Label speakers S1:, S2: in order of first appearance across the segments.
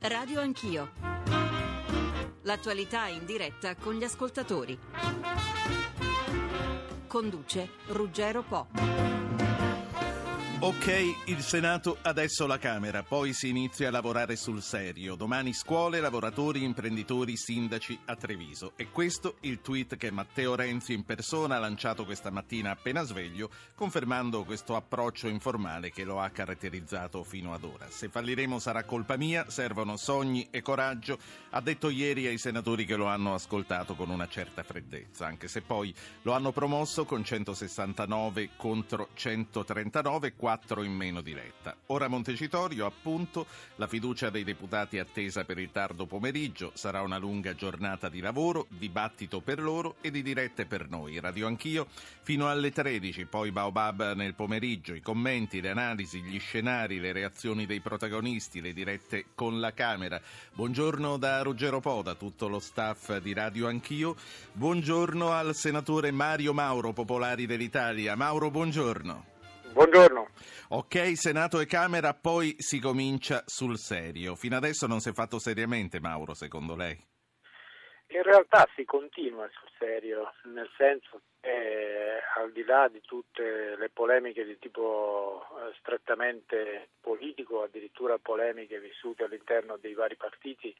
S1: Radio Anch'io. L'attualità in diretta con gli ascoltatori. Conduce Ruggero Po.
S2: Ok, il Senato, adesso la Camera, poi si inizia a lavorare sul serio. Domani scuole, lavoratori, imprenditori, sindaci a Treviso. E questo il tweet che Matteo Renzi in persona ha lanciato questa mattina appena sveglio, confermando questo approccio informale che lo ha caratterizzato fino ad ora. Se falliremo sarà colpa mia, servono sogni e coraggio, ha detto ieri ai senatori che lo hanno ascoltato con una certa freddezza, anche se poi lo hanno promosso con 169 contro 139, 4 in meno di Letta. Ora Montecitorio, appunto, la fiducia dei deputati attesa per il tardo pomeriggio. Sarà una lunga giornata di lavoro, dibattito per loro e di dirette per noi. Radio Anch'io fino alle 13, poi Baobab nel pomeriggio, i commenti, le analisi, gli scenari, le reazioni dei protagonisti, le dirette con la Camera. Buongiorno da Ruggero Po, da tutto lo staff di Radio Anch'io. Buongiorno al senatore Mario Mauro, Popolari dell'Italia. Mauro, buongiorno.
S3: Buongiorno.
S2: Ok, Senato e Camera, poi si comincia sul serio. Fino adesso non si è fatto seriamente, Mauro, secondo lei?
S3: In realtà si continua sul serio, nel senso che al di là di tutte le polemiche di tipo strettamente politico, addirittura polemiche vissute all'interno dei vari partiti,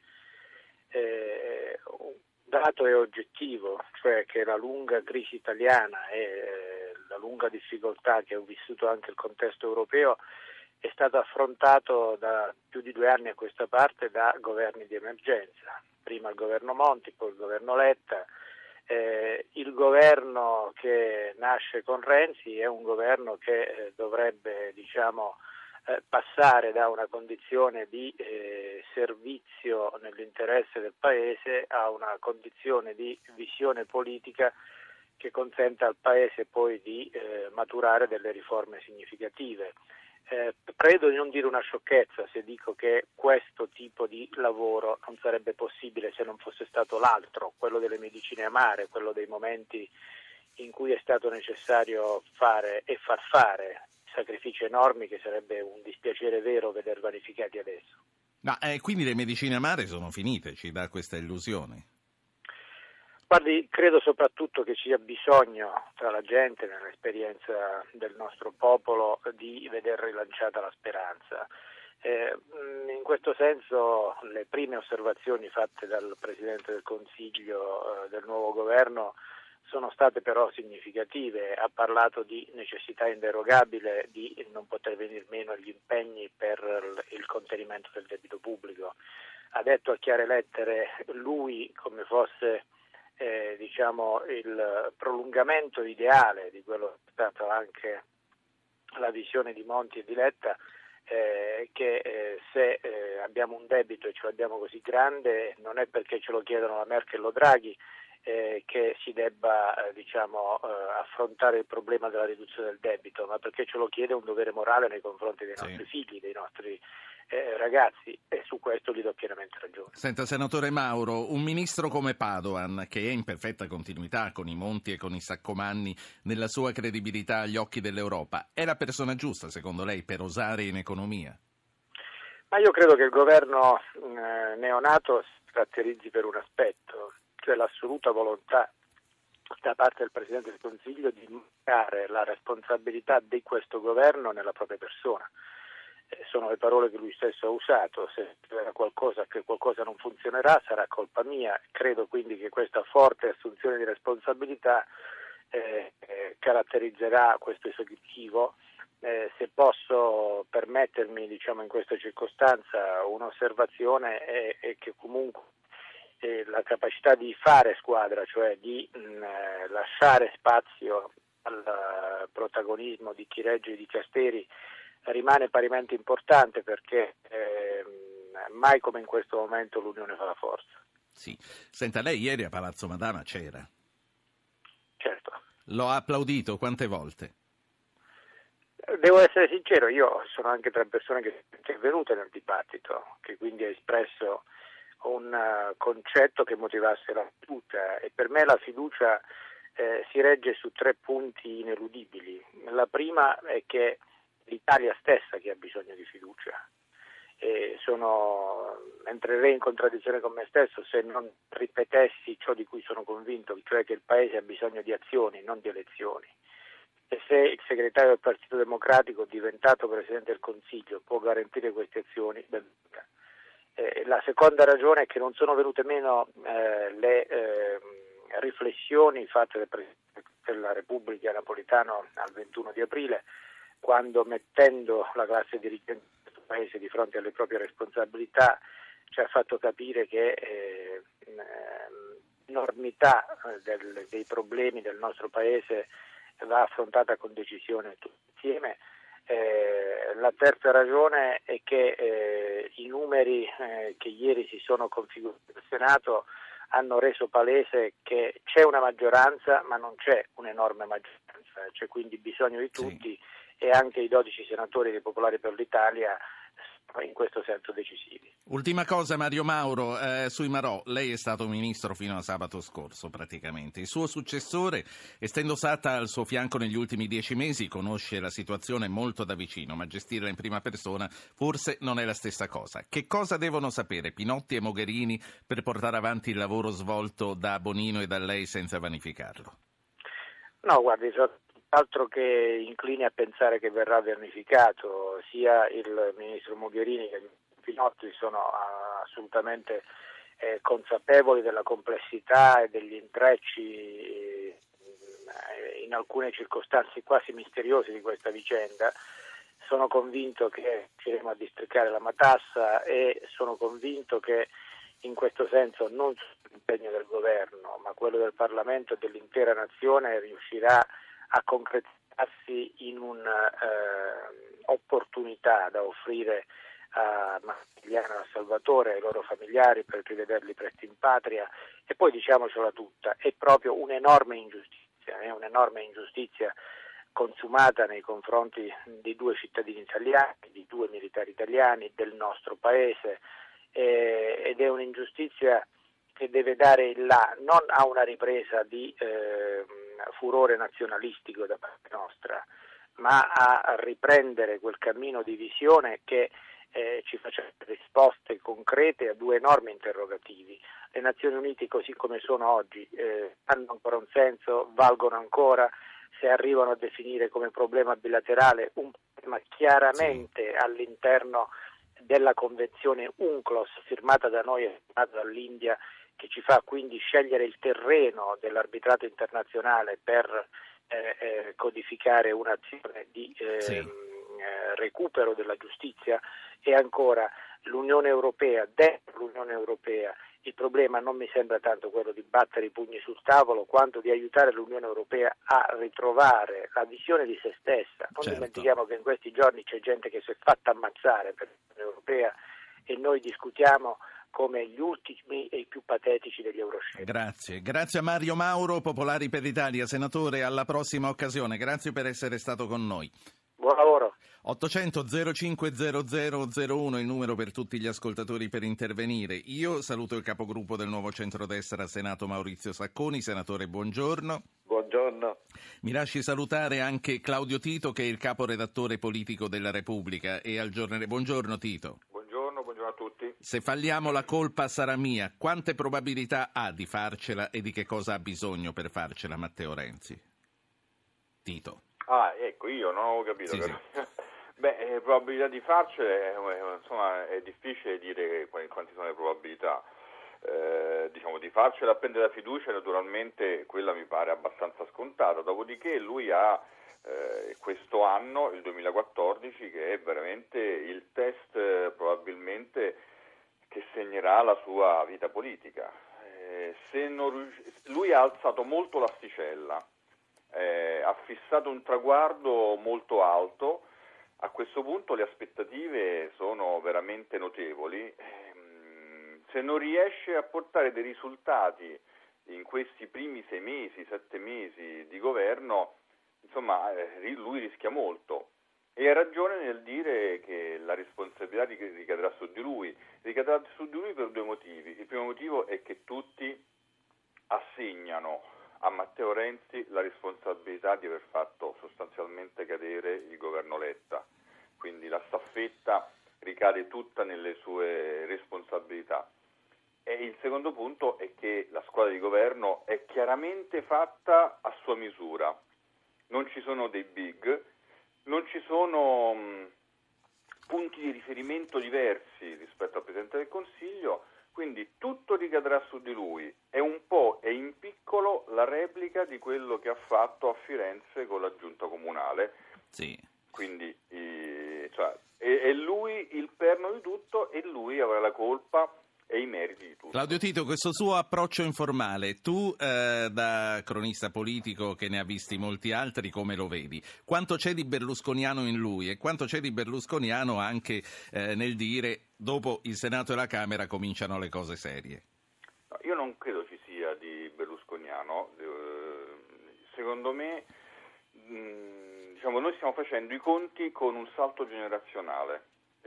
S3: un dato è oggettivo, cioè che la lunga crisi italiana e la lunga difficoltà che ho vissuto anche il contesto europeo è stato affrontato da più di 2 anni a questa parte da governi di emergenza, prima il governo Monti, poi il governo Letta. Il governo che nasce con Renzi è un governo che dovrebbe passare da una condizione di servizio nell'interesse del Paese a una condizione di visione politica che consenta al Paese poi di maturare delle riforme significative. Credo di non dire una sciocchezza se dico che questo tipo di lavoro non sarebbe possibile se non fosse stato l'altro, quello delle medicine amare, quello dei momenti in cui è stato necessario fare e far fare sacrifici enormi che sarebbe un dispiacere vero veder vanificati adesso.
S2: Ma quindi le medicine amare sono finite, ci dà questa illusione?
S3: Guardi, credo soprattutto che ci sia bisogno tra la gente, nell'esperienza del nostro popolo, di veder rilanciata la speranza. In questo senso le prime osservazioni fatte dal Presidente del Consiglio del nuovo governo sono state però significative. Ha parlato di necessità inderogabile di non poter venir meno agli impegni per il contenimento del debito pubblico. Ha detto a chiare lettere lui come fosse il prolungamento ideale di quello che è stata anche la visione di Monti e di Letta, che se abbiamo un debito e ce l'abbiamo così grande non è perché ce lo chiedono la Merkel o Draghi che si debba affrontare il problema della riduzione del debito, ma perché ce lo chiede un dovere morale nei confronti dei nostri figli, dei nostri ragazzi, e su questo gli do pienamente ragione.
S2: Senta, senatore Mauro, un ministro come Padoan, che è in perfetta continuità con i Monti e con i Saccomanni nella sua credibilità agli occhi dell'Europa, è la persona giusta, secondo lei, per osare in economia?
S3: Ma io credo che il governo neonato si caratterizzi per un aspetto, cioè l'assoluta volontà da parte del Presidente del Consiglio di marcare la responsabilità di questo governo nella propria persona. Sono le parole che lui stesso ha usato: se c'era qualcosa che qualcosa non funzionerà sarà colpa mia. Credo quindi che questa forte assunzione di responsabilità caratterizzerà questo esecutivo. Se posso permettermi in questa circostanza un'osservazione è che comunque la capacità di fare squadra, cioè di lasciare spazio al protagonismo di chi regge i dicasteri, rimane parimenti importante, perché mai come in questo momento l'unione fa la forza.
S2: Sì. Senta, lei ieri a Palazzo Madama c'era?
S3: Certo.
S2: Lo ha applaudito quante volte?
S3: Devo essere sincero, io sono anche tra le persone che sono intervenute nel dibattito, che quindi ha espresso un concetto che motivasse la fiducia, e per me la fiducia si regge su 3 punti ineludibili. La prima è che l'Italia stessa che ha bisogno di fiducia. entrerei in contraddizione con me stesso se non ripetessi ciò di cui sono convinto, cioè che il Paese ha bisogno di azioni, non di elezioni. E se il segretario del Partito Democratico, diventato Presidente del Consiglio, può garantire queste azioni, ben venga. La seconda ragione è che non sono venute meno le riflessioni fatte dal Presidente della Repubblica Napolitano al 21 di aprile, quando, mettendo la classe dirigente di questo Paese di fronte alle proprie responsabilità, ci ha fatto capire che l'enormità dei problemi del nostro Paese va affrontata con decisione tutti insieme. La terza ragione è che i numeri che ieri si sono configurati al Senato hanno reso palese che c'è una maggioranza, ma non c'è un'enorme maggioranza, c'è quindi bisogno di tutti, sì. E anche i 12 senatori dei Popolari per l'Italia sono in questo senso decisivi.
S2: Ultima cosa, Mario Mauro, sui Marò. Lei è stato ministro fino a sabato scorso praticamente. Il suo successore, essendo stata al suo fianco negli ultimi 10 mesi, conosce la situazione molto da vicino, ma gestirla in prima persona forse non è la stessa cosa. Che cosa devono sapere Pinotti e Mogherini per portare avanti il lavoro svolto da Bonino e da lei senza vanificarlo?
S3: No, guardi, altro che inclini a pensare che verrà vanificato. Sia il ministro Mogherini che il Pinotti sono assolutamente consapevoli della complessità e degli intrecci in alcune circostanze quasi misteriose di questa vicenda. Sono convinto che riusciremo a districare la matassa e sono convinto che in questo senso non solo l'impegno del governo, ma quello del Parlamento e dell'intera nazione riuscirà a concretizzarsi in un'opportunità da offrire a Massimiliano e a Salvatore e ai loro familiari per rivederli presto in patria. E poi, diciamocela tutta, è proprio un'enorme ingiustizia consumata nei confronti di 2 cittadini italiani, di 2 militari italiani, del nostro Paese, ed è un'ingiustizia che deve dare il là non a una ripresa di furore nazionalistico da parte nostra, ma a riprendere quel cammino di visione che ci faccia risposte concrete a 2 enormi interrogativi. Le Nazioni Unite, così come sono oggi, hanno ancora un senso, valgono ancora, se arrivano a definire come problema bilaterale un problema chiaramente all'interno della convenzione UNCLOS firmata da noi e firmata dall'India, che ci fa quindi scegliere il terreno dell'arbitrato internazionale per codificare un'azione di recupero della giustizia. E ancora l'Unione Europea, dentro l'Unione Europea, il problema non mi sembra tanto quello di battere i pugni sul tavolo quanto di aiutare l'Unione Europea a ritrovare la visione di se stessa. Non dimentichiamo che in questi giorni c'è gente che si è fatta ammazzare per l'Unione Europea e noi discutiamo come gli ultimi e i più patetici degli euroscettici.
S2: Grazie a Mario Mauro, Popolari per l'Italia, senatore, alla prossima occasione. Grazie per essere stato con noi.
S3: Buon lavoro.
S2: 800 05 0001 il numero per tutti gli ascoltatori per intervenire. Io saluto il capogruppo del Nuovo Centrodestra al Senato Maurizio Sacconi. Senatore, buongiorno.
S4: Buongiorno.
S2: Mi lasci salutare anche Claudio Tito, che è il caporedattore politico della Repubblica e al giornale. Buongiorno Tito.
S4: Buongiorno a tutti.
S2: Se falliamo la colpa sarà mia. Quante probabilità ha di farcela e di che cosa ha bisogno per farcela Matteo Renzi? Tito.
S4: Ecco, io non ho capito.
S2: Sì.
S4: Probabilità di farcela, insomma, è difficile dire quanti sono le probabilità. Di farcela a prendere la fiducia, naturalmente quella mi pare abbastanza scontata. Dopodiché lui ha questo anno, il 2014, che è veramente il test probabilmente che segnerà la sua vita politica. Lui ha alzato molto l'asticella, ha fissato un traguardo molto alto. A questo punto le aspettative sono veramente notevoli. Se non riesce a portare dei risultati in questi primi 6 mesi, 7 mesi di governo, insomma, lui rischia molto. E ha ragione nel dire che la responsabilità ricadrà su di lui. Ricadrà su di lui per 2 motivi. Il primo motivo è che tutti assegnano a Matteo Renzi la responsabilità di aver fatto sostanzialmente cadere il governo Letta. Quindi la staffetta ricade tutta nelle sue responsabilità. E il secondo punto è che la squadra di governo è chiaramente fatta a sua misura. Non ci sono dei big, non ci sono punti di riferimento diversi rispetto al Presidente del Consiglio, quindi tutto ricadrà su di lui. È un po' e in piccolo la replica di quello che ha fatto a Firenze con la giunta comunale.
S2: Sì.
S4: Quindi è lui il perno di tutto e lui avrà la colpa e i meriti di tutto.
S2: Claudio Tito, questo suo approccio informale, tu da cronista politico che ne ha visti molti altri, come lo vedi? Quanto c'è di berlusconiano in lui e quanto c'è di berlusconiano anche nel dire dopo il Senato e la Camera cominciano le cose serie?
S4: No, io non credo ci sia di berlusconiano, secondo me noi stiamo facendo i conti con un salto generazionale.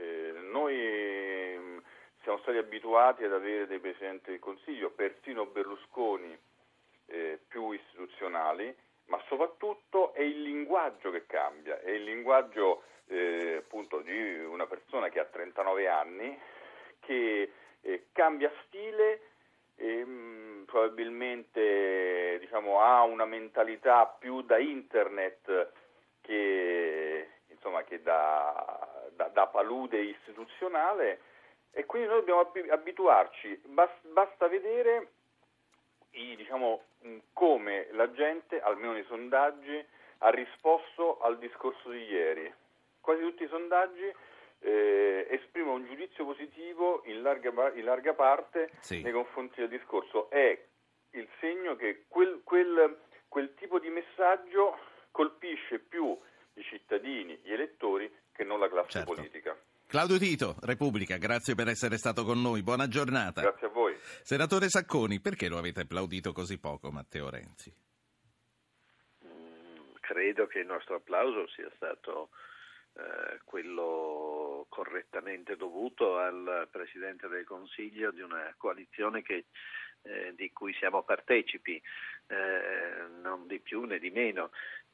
S4: Noi siamo stati abituati ad avere dei Presidenti del Consiglio, persino Berlusconi, più istituzionali, ma soprattutto è il linguaggio che cambia, è il linguaggio appunto di una persona che ha 39 anni, che cambia stile, probabilmente ha una mentalità più da internet che da palude istituzionale, e quindi noi dobbiamo abituarci. Basta vedere come la gente, almeno nei sondaggi, ha risposto al discorso di ieri. Quasi tutti i sondaggi esprimono un giudizio positivo in larga parte
S2: sì,
S4: nei confronti del discorso. È il segno che quel tipo di messaggio colpisce più i cittadini, gli elettori, che non la classe
S2: certo.
S4: politica.
S2: Claudio Tito, Repubblica, grazie per essere stato con noi, buona giornata.
S4: Grazie a voi.
S2: Senatore Sacconi, perché lo avete applaudito così poco Matteo Renzi?
S5: Credo che il nostro applauso sia stato quello correttamente dovuto al Presidente del Consiglio di una coalizione di cui siamo partecipi, non di più né di meno.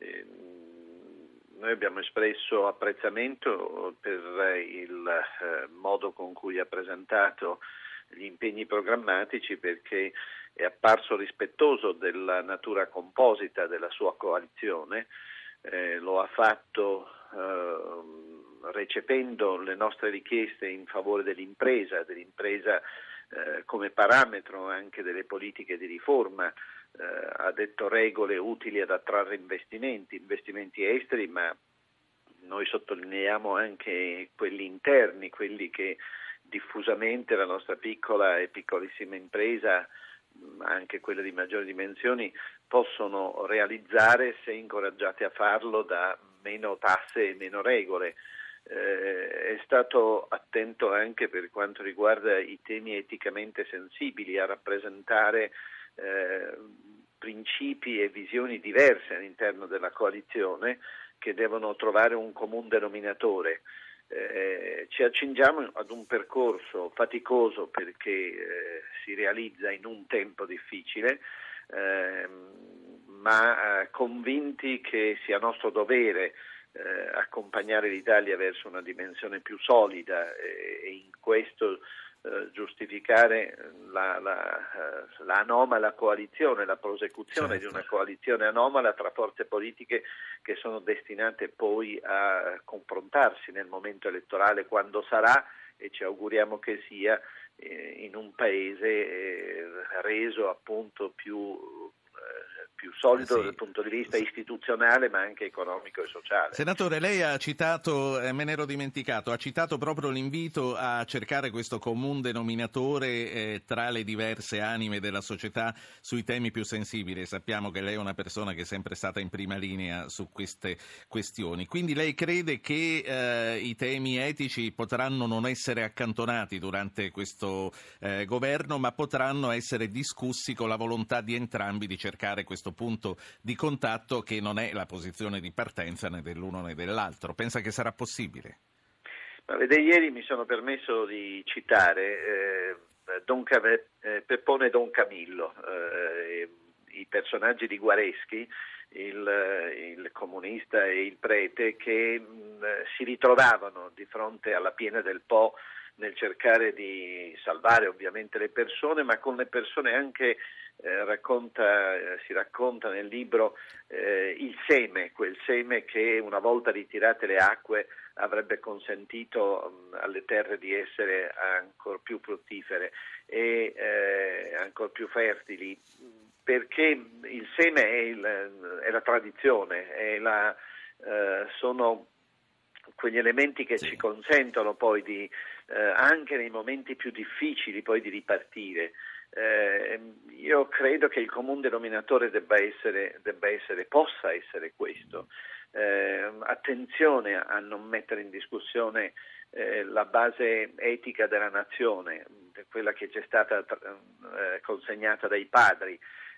S5: Noi abbiamo espresso apprezzamento per il modo con cui ha presentato gli impegni programmatici, perché è apparso rispettoso della natura composita della sua coalizione, lo ha fatto recependo le nostre richieste in favore dell'impresa come parametro anche delle politiche di riforma. Ha detto regole utili ad attrarre investimenti esteri, ma noi sottolineiamo anche quelli interni, quelli che diffusamente la nostra piccola e piccolissima impresa, anche quelle di maggiori dimensioni, possono realizzare se incoraggiate a farlo da meno tasse e meno regole. È stato attento anche per quanto riguarda i temi eticamente sensibili, a rappresentare principi e visioni diverse all'interno della coalizione che devono trovare un comune denominatore. Ci accingiamo ad un percorso faticoso perché si realizza in un tempo difficile, ma convinti che sia nostro dovere accompagnare l'Italia verso una dimensione più solida e in questo giustificare l'anomala coalizione, la prosecuzione
S2: certo.
S5: di una coalizione anomala tra forze politiche che sono destinate poi a confrontarsi nel momento elettorale, quando sarà, e ci auguriamo che sia, in un paese reso appunto più solido dal punto di vista istituzionale, ma anche economico e sociale.
S2: Senatore, lei ha citato, me ne ero dimenticato, ha citato proprio l'invito a cercare questo comune denominatore tra le diverse anime della società sui temi più sensibili. Sappiamo che lei è una persona che è sempre stata in prima linea su queste questioni. Quindi lei crede che i temi etici potranno non essere accantonati durante questo governo, ma potranno essere discussi con la volontà di entrambi di cercare questo punto di contatto, che non è la posizione di partenza né dell'uno né dell'altro. Pensa che sarà possibile?
S5: Ma vede, ieri mi sono permesso di citare Peppone e Don Camillo, i personaggi di Guareschi, il comunista e il prete, che si ritrovavano di fronte alla piena del Po nel cercare di salvare ovviamente le persone, ma con le persone anche si racconta nel libro il seme, quel seme che una volta ritirate le acque avrebbe consentito alle terre di essere ancor più fruttifere e ancor più fertili, perché il seme è la tradizione, sono quegli elementi che ci consentono poi di anche nei momenti più difficili poi di ripartire. Io credo che il comune denominatore possa essere questo. Attenzione a non mettere in discussione la base etica della nazione, quella che ci è stata consegnata dai padri.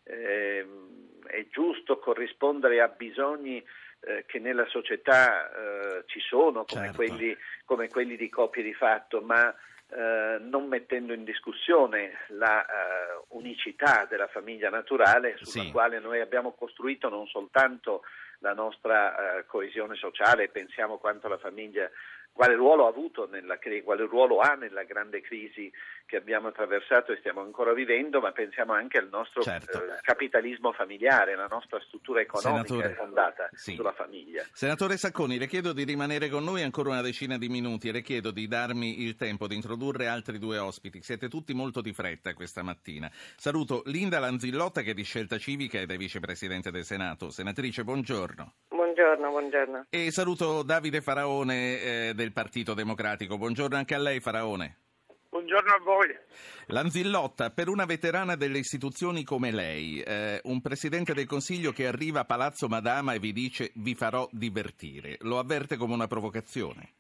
S5: È giusto corrispondere a bisogni che nella società ci sono, come quelli di coppie di fatto, ma non mettendo in discussione la unicità della famiglia naturale sulla quale noi abbiamo costruito non soltanto la nostra coesione sociale. Pensiamo quanto la famiglia, quale ruolo ha avuto quale ruolo ha nella grande crisi che abbiamo attraversato e stiamo ancora vivendo, ma pensiamo anche al nostro capitalismo familiare, la nostra struttura economica è fondata sulla famiglia.
S2: Senatore Sacconi, le chiedo di rimanere con noi ancora una decina di minuti e le chiedo di darmi il tempo di introdurre altri due ospiti. Siete tutti molto di fretta questa mattina. Saluto Linda Lanzillotta, che è di Scelta Civica ed è vicepresidente del Senato. Senatrice, buongiorno.
S6: Buongiorno.
S2: E saluto Davide Faraone del Partito Democratico. Buongiorno anche a lei, Faraone.
S7: Buongiorno a voi.
S2: Lanzillotta, per una veterana delle istituzioni come lei, un Presidente del Consiglio che arriva a Palazzo Madama e vi dice vi farò divertire, lo avverte come una provocazione?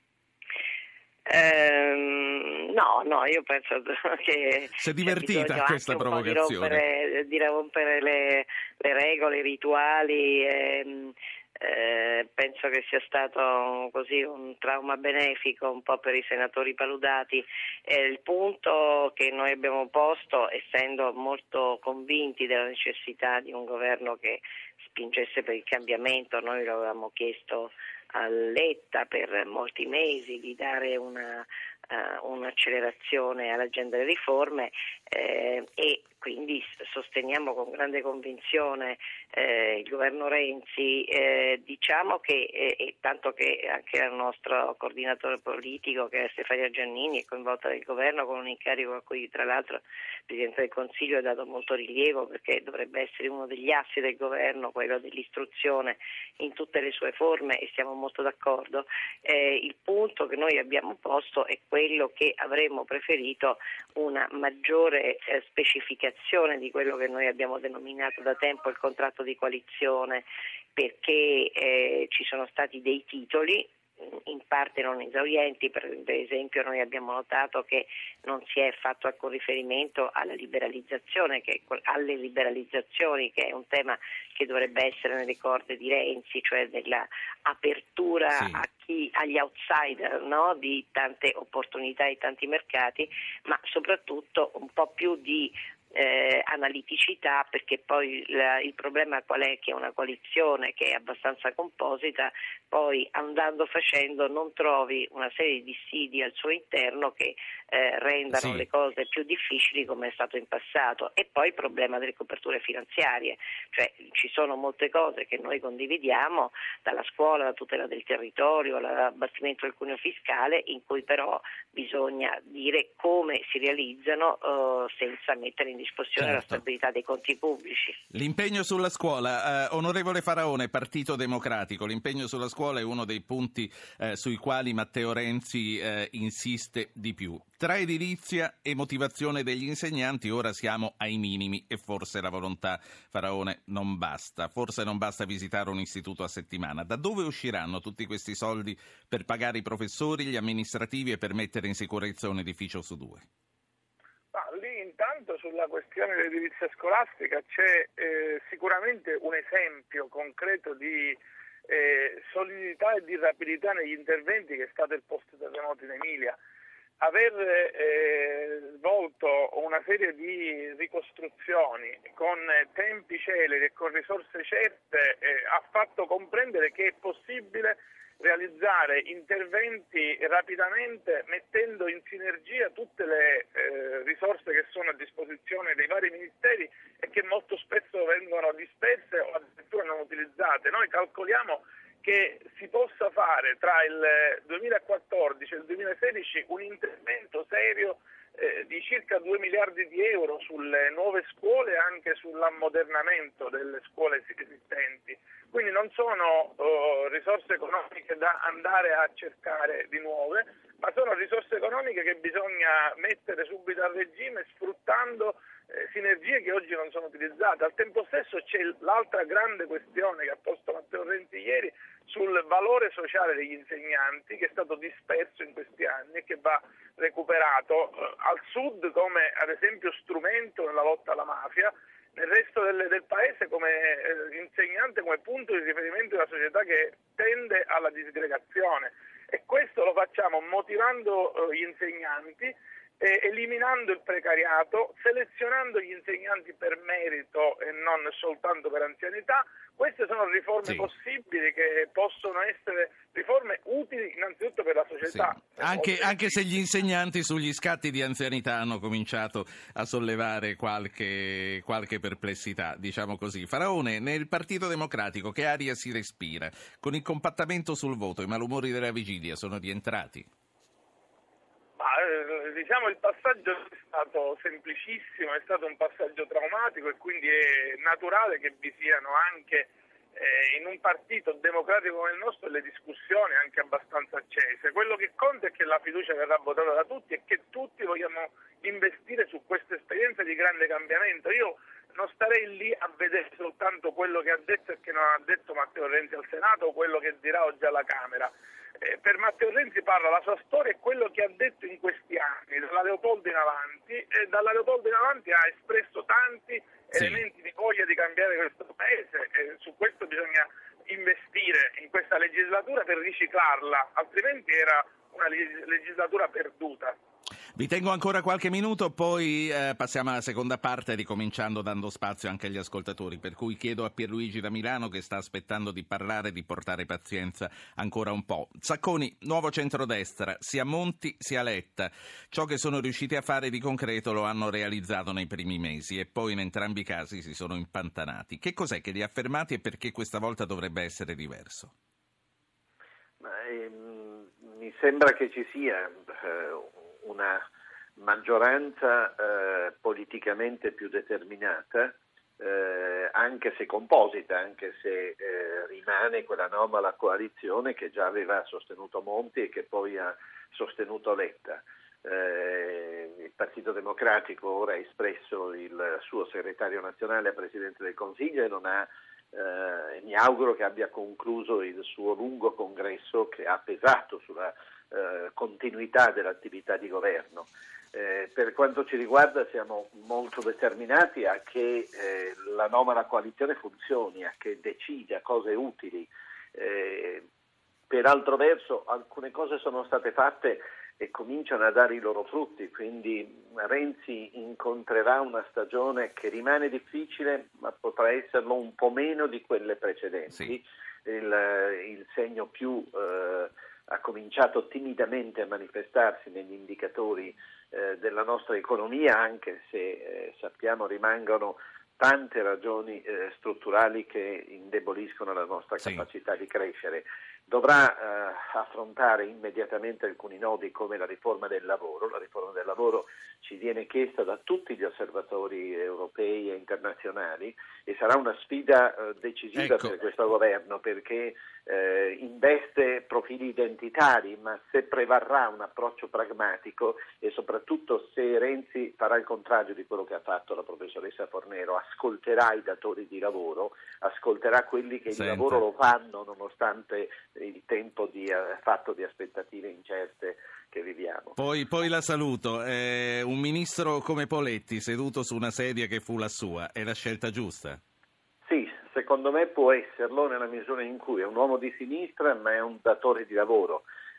S6: No, io penso che
S2: si è divertita a questa provocazione
S6: di rompere le regole, i rituali. Penso che sia stato così un trauma benefico un po' per i senatori paludati. Il punto che noi abbiamo posto, essendo molto convinti della necessità di un governo che spingesse per il cambiamento, noi lo avevamo chiesto a Letta per molti mesi di dare un'accelerazione all'agenda delle riforme e quindi sosteniamo con grande convinzione il governo Renzi. Diciamo che tanto che anche il nostro coordinatore politico, che è Stefania Giannini, è coinvolta nel governo con un incarico a cui tra l'altro il Presidente del Consiglio ha dato molto rilievo, perché dovrebbe essere uno degli assi del governo, quello dell'istruzione in tutte le sue forme, e siamo molto d'accordo. Il punto che noi abbiamo posto è quello che avremmo preferito una maggiore specificazione di quello che noi abbiamo denominato da tempo il contratto di coalizione, perché ci sono stati dei titoli in parte non esaurienti. Per esempio noi abbiamo notato che non si è fatto alcun riferimento alle liberalizzazioni, che è un tema che dovrebbe essere nelle corde di Renzi, cioè della apertura agli outsider, no? Di tante opportunità e tanti mercati, ma soprattutto un po' più di analiticità, perché poi il problema qual è? Che una coalizione che è abbastanza composita, poi andando facendo non trovi una serie di dissidi al suo interno che rendano le cose più difficili, come è stato in passato. E poi il problema delle coperture finanziarie, cioè ci sono molte cose che noi condividiamo, dalla scuola alla tutela del territorio all'abbattimento del cuneo fiscale, in cui però bisogna dire come si realizzano senza mettere in discussione la stabilità dei conti pubblici.
S2: L'impegno sulla scuola, onorevole Faraone, Partito Democratico, l'impegno sulla scuola è uno dei punti sui quali Matteo Renzi insiste di più. Tra edilizia e motivazione degli insegnanti ora siamo ai minimi e forse la volontà, Faraone, non basta. Forse non basta visitare un istituto a settimana. Da dove usciranno tutti questi soldi per pagare i professori, gli amministrativi e per mettere in sicurezza un edificio su due?
S7: Lì intanto sulla questione dell'edilizia scolastica c'è sicuramente un esempio concreto di solidità e di rapidità negli interventi, che è stato il post terremoto in Emilia. aver svolto una serie di ricostruzioni con tempi celeri e con risorse certe ha fatto comprendere che è possibile realizzare interventi rapidamente mettendo in sinergia tutte le risorse che sono a disposizione dei vari ministeri e che molto spesso vengono disperse o addirittura non utilizzate. Noi calcoliamo che si possa fare tra il 2014 e il 2016 un intervento serio di circa 2 miliardi di euro sulle nuove scuole e anche sull'ammodernamento delle scuole esistenti. Quindi non sono risorse economiche da andare a cercare di nuove, ma sono risorse economiche che bisogna mettere subito a regime sfruttando sinergie che oggi non sono utilizzate. Al tempo stesso c'è l'altra grande questione che ha posto Matteo Renzi ieri sul valore sociale degli insegnanti, che è stato disperso in questi anni e che va recuperato al sud come ad esempio strumento nella lotta alla mafia, nel resto del paese come insegnante, come punto di riferimento di una società che tende alla disgregazione. E questo lo facciamo motivando gli insegnanti, eliminando il precariato, selezionando gli insegnanti per merito e non soltanto per anzianità. Queste sono riforme possibili, che possono essere riforme utili innanzitutto per la società.
S2: Sì. Anche se gli insegnanti sugli scatti di anzianità hanno cominciato a sollevare qualche perplessità, diciamo così. Faraone, nel Partito Democratico che aria si respira? Con il compattamento sul voto, i malumori della vigilia sono rientrati?
S7: Diciamo il passaggio è stato semplicissimo, è stato un passaggio traumatico e quindi è naturale che vi siano anche in un partito democratico come il nostro le discussioni anche abbastanza accese. Quello che conta è che la fiducia verrà votata da tutti e che tutti vogliamo investire su questa esperienza di grande cambiamento. Io non starei lì a vedere soltanto quello che ha detto e che non ha detto Matteo Renzi al Senato o quello che dirà oggi alla Camera. Per Matteo Renzi parla la sua storia e quello che ha detto in questi anni, dalla Leopoldo in avanti, e dalla Leopoldo in avanti ha espresso tanti elementi di voglia di cambiare questo paese, e su questo bisogna investire in questa legislatura per riciclarla, altrimenti era una legislatura perduta.
S2: Vi tengo ancora qualche minuto, poi passiamo alla seconda parte, ricominciando dando spazio anche agli ascoltatori, per cui chiedo a Pierluigi da Milano, che sta aspettando di parlare, di portare pazienza ancora un po'. Sacconi, nuovo centrodestra, sia Monti sia Letta. Ciò che sono riusciti a fare di concreto lo hanno realizzato nei primi mesi e poi in entrambi i casi si sono impantanati. Che cos'è che li ha fermati e perché questa volta dovrebbe essere diverso?
S5: Mi sembra che ci sia una maggioranza politicamente più determinata, anche se composita, anche se rimane quella anomala coalizione che già aveva sostenuto Monti e che poi ha sostenuto Letta. Il Partito Democratico ora ha espresso il suo segretario nazionale a Presidente del Consiglio e non ha mi auguro che abbia concluso il suo lungo congresso che ha pesato sulla continuità dell'attività di governo. Per quanto ci riguarda siamo molto determinati a che l'anomala coalizione funzioni, a che decida cose utili. Per altro verso alcune cose sono state fatte e cominciano a dare i loro frutti, quindi Renzi incontrerà una stagione che rimane difficile, ma potrà esserlo un po' meno di quelle precedenti.
S2: Sì.
S5: Il segno più ha cominciato timidamente a manifestarsi negli indicatori della nostra economia, anche se sappiamo rimangono tante ragioni strutturali che indeboliscono la nostra capacità di crescere. Dovrà affrontare immediatamente alcuni nodi come la riforma del lavoro. La riforma del lavoro ci viene chiesta da tutti gli osservatori europei e internazionali e sarà una sfida decisiva per questo governo, perché investe profili identitari, ma se prevarrà un approccio pragmatico e soprattutto se Renzi farà il contrario di quello che ha fatto la professoressa Fornero, ascolterà i datori di lavoro, ascolterà quelli che il lavoro lo fanno nonostante il tempo fatto di aspettative incerte che viviamo.
S2: Poi la saluto. Un ministro come Poletti seduto su una sedia che fu la sua, è la scelta giusta?
S5: Sì, secondo me può esserlo nella misura in cui è un uomo di sinistra ma è un datore di lavoro.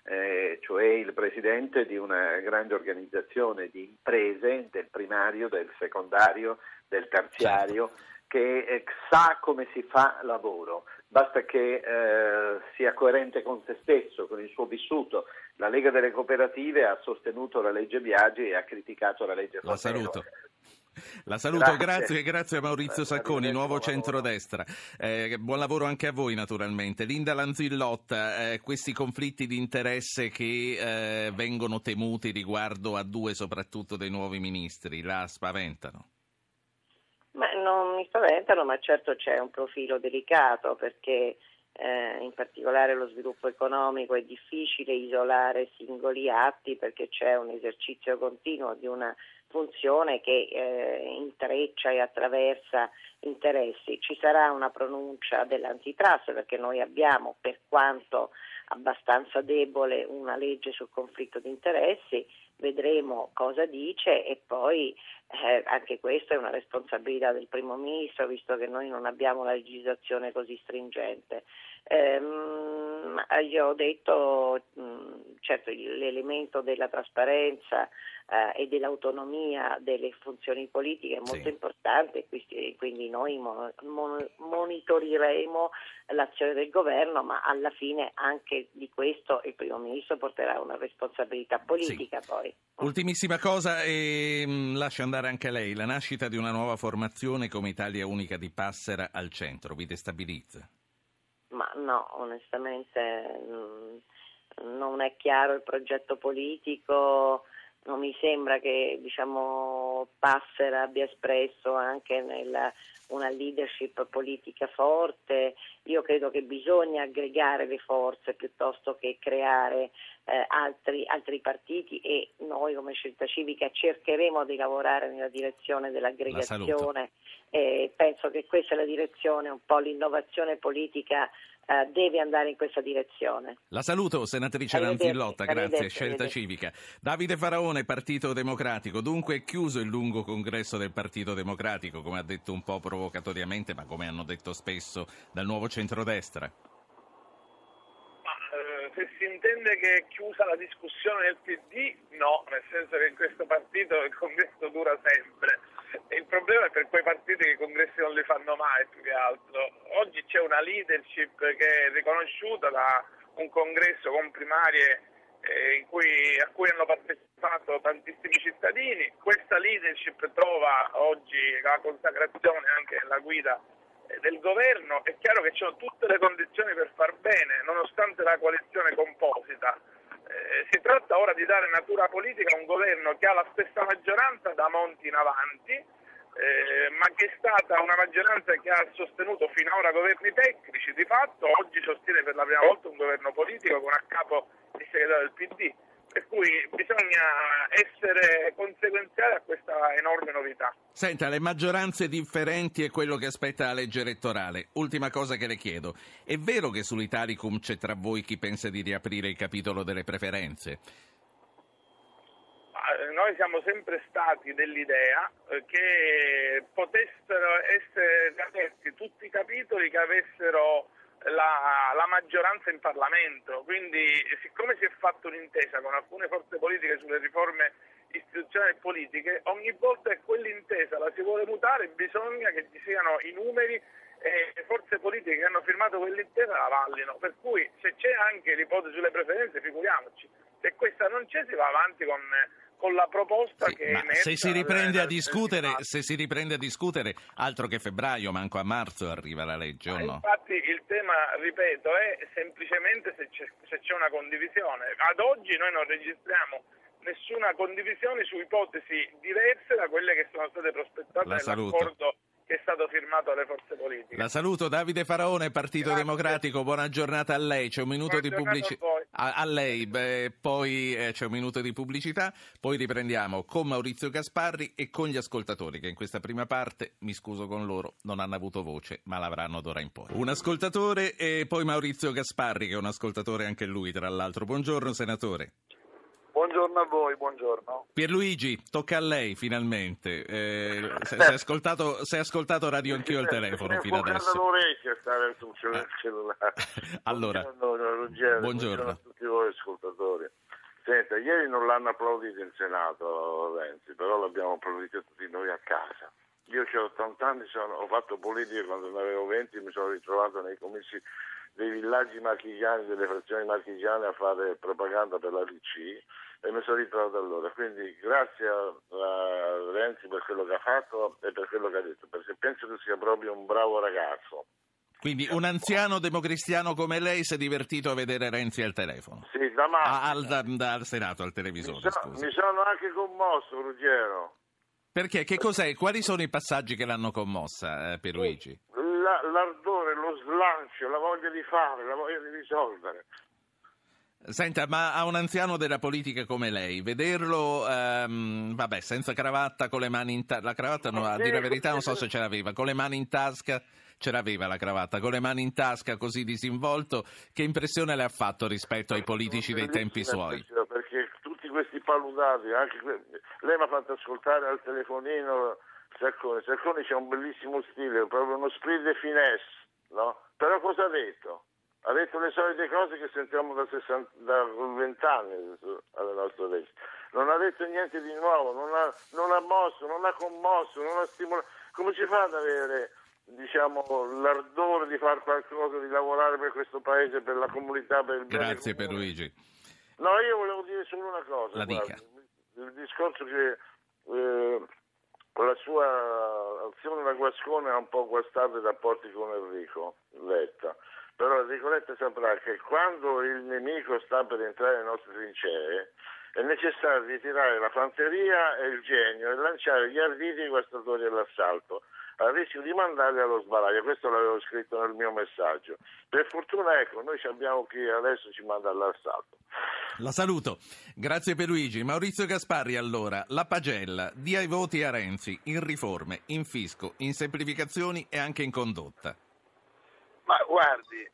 S5: cioè il presidente di una grande organizzazione di imprese, del primario, del secondario, del terziario, certo, che sa come si fa lavoro. Basta che sia coerente con se stesso, con il suo vissuto. La Lega delle Cooperative ha sostenuto la legge Biagi e ha criticato la legge Fornero.
S2: La saluto, grazie a Maurizio Sacconi, Nuovo Centrodestra. Buon lavoro anche a voi naturalmente. Linda Lanzillotta, questi conflitti di interesse che vengono temuti riguardo a due soprattutto dei nuovi ministri, la spaventano?
S6: Ma non mi spaventano, ma certo c'è un profilo delicato perché in particolare lo sviluppo economico è difficile isolare singoli atti perché c'è un esercizio continuo di una funzione che intreccia e attraversa interessi. Ci sarà una pronuncia dell'antitrust perché noi abbiamo, per quanto abbastanza debole, una legge sul conflitto di interessi, vedremo cosa dice e poi anche questa è una responsabilità del primo ministro visto che noi non abbiamo la legislazione così stringente. Io ho detto certo l'elemento della trasparenza e dell'autonomia delle funzioni politiche è molto importante e quindi noi monitoreremo l'azione del governo, ma alla fine anche di questo il primo ministro porterà una responsabilità politica. Poi.
S2: Ultimissima cosa e lascio andare anche lei, la nascita di una nuova formazione come Italia Unica di Passera al centro, vi destabilizza?
S6: Ma no, onestamente non è chiaro il progetto politico, non mi sembra che Passera abbia espresso anche una leadership politica forte. Io credo che bisogna aggregare le forze piuttosto che creare altri partiti e noi come Scelta Civica cercheremo di lavorare nella direzione dell'aggregazione. Penso che questa è la direzione, un po' l'innovazione politica deve andare in questa direzione.
S2: La saluto, senatrice Lanzillotta, grazie. Scelta Civica. Davide Faraone, Partito Democratico. Dunque è chiuso il lungo congresso del Partito Democratico, come ha detto un po' provocatoriamente, ma come hanno detto spesso dal Nuovo Centrodestra.
S7: Se si intende che è chiusa la discussione del PD, no, nel senso che in questo partito il congresso dura sempre. E il problema è per quei partiti che i congressi non li fanno mai, più che altro. Oggi c'è una leadership che è riconosciuta da un congresso con primarie a cui hanno partecipato tantissimi cittadini. Questa leadership trova oggi la consacrazione anche nella guida del governo. È chiaro che ci sono tutte le condizioni per far bene, nonostante la coalizione composita. Si tratta ora di dare natura politica a un governo che ha la stessa maggioranza da Monti in avanti, ma che è stata una maggioranza che ha sostenuto finora governi tecnici. Di fatto oggi sostiene per la prima volta un governo politico con a capo il segretario del PD, per cui bisogna essere conseguenziali a questa enorme novità.
S2: Senta, le maggioranze differenti è quello che aspetta la legge elettorale. Ultima cosa che le chiedo, è vero che sull'Italicum c'è tra voi chi pensa di riaprire il capitolo delle preferenze?
S7: Noi siamo sempre stati dell'idea che potessero essere aperti tutti i capitoli che avessero la maggioranza in Parlamento, quindi siccome si è fatto un'intesa con alcune forze politiche sulle riforme istituzionali e politiche, ogni volta che quell'intesa la si vuole mutare bisogna che ci siano i numeri e le forze politiche che hanno firmato quell'intesa la vallino, per cui se c'è anche l'ipotesi sulle preferenze figuriamoci, se questa non c'è si va avanti con la proposta che emerge.
S2: Se si riprende a discutere, altro che febbraio, manco a marzo arriva la legge, o no?
S7: Infatti il tema, ripeto, è semplicemente se c'è una condivisione. Ad oggi noi non registriamo nessuna condivisione su ipotesi diverse da quelle che sono state prospettate nell'accordo che è stato firmato alle forze politiche.
S2: La saluto, Davide Faraone, Partito Democratico, buona giornata a lei, c'è un minuto di pubblicità. A lei, poi c'è un minuto di pubblicità, poi riprendiamo con Maurizio Gasparri e con gli ascoltatori che in questa prima parte, mi scuso con loro, non hanno avuto voce, ma l'avranno d'ora in poi. Un ascoltatore e poi Maurizio Gasparri che è un ascoltatore anche lui tra l'altro. Buongiorno senatore.
S8: Buongiorno. buongiorno a voi, buongiorno.
S2: Pierluigi, tocca a lei finalmente. Se hai ascoltato Radio Anch'io al telefono fino adesso.
S8: L'orecchia stare sul cellulare.
S2: Allora,
S8: Ruggero,
S2: buongiorno
S8: a tutti voi ascoltatori. Senta, ieri non l'hanno applaudito in Senato Renzi, però l'abbiamo applaudito tutti noi a casa. Io che ho 80 anni, ho fatto politica quando ne avevo 20, mi sono ritrovato nei comizi dei villaggi marchigiani, delle frazioni marchigiane a fare propaganda per la DC e mi sono ritrovato allora. Quindi grazie a Renzi per quello che ha fatto e per quello che ha detto, perché penso che sia proprio un bravo ragazzo.
S2: Quindi un anziano democristiano come lei si è divertito a vedere Renzi al telefono?
S8: Sì, da macchina.
S2: Al Senato, al televisore, scusa.
S8: Mi sono anche commosso, Ruggero.
S2: Perché? Che cos'è? Quali sono i passaggi che l'hanno commossa, Pierluigi?
S8: L'ardore, lo slancio, la voglia di fare, la voglia di risolvere.
S2: Senta, ma a un anziano della politica come lei, vederlo, senza cravatta, con le mani in tasca, la cravatta, no, a dire la verità non so se ce l'aveva, con le mani in tasca, ce l'aveva la cravatta, con le mani in tasca così disinvolto, che impressione le ha fatto rispetto ai politici dei tempi suoi?
S8: Perché tutti questi paludati, lei mi ha fatto ascoltare al telefonino Sacconi c'ha un bellissimo stile, proprio uno split de finesse, no? Però cosa ha detto? Ha detto le solite cose che sentiamo da 20 anni alle nostre orecchie. Non ha detto niente di nuovo, non ha mosso, non ha commosso, non ha stimolato. Come si fa ad avere, l'ardore di fare qualcosa, di lavorare per questo paese, per la comunità, per il bene?
S2: Grazie Pierluigi.
S8: No, io volevo dire solo una cosa.
S2: La dica.
S8: Il discorso che con la sua azione da Guascone ha un po' guastato i rapporti con Enrico Letta. Però Enrico Letta saprà che quando il nemico sta per entrare nelle nostre trincee è necessario ritirare la fanteria e il genio e lanciare gli arditi e i guastatori all'assalto, a rischio di mandarli allo sbaraglio. Questo l'avevo scritto nel mio messaggio. Per fortuna, noi abbiamo chi adesso ci manda all'assalto.
S2: La saluto. Grazie Pierluigi. Maurizio Gasparri, allora, la pagella dia i voti a Renzi in riforme, in fisco, in semplificazioni e anche in condotta.
S8: Ma guardi,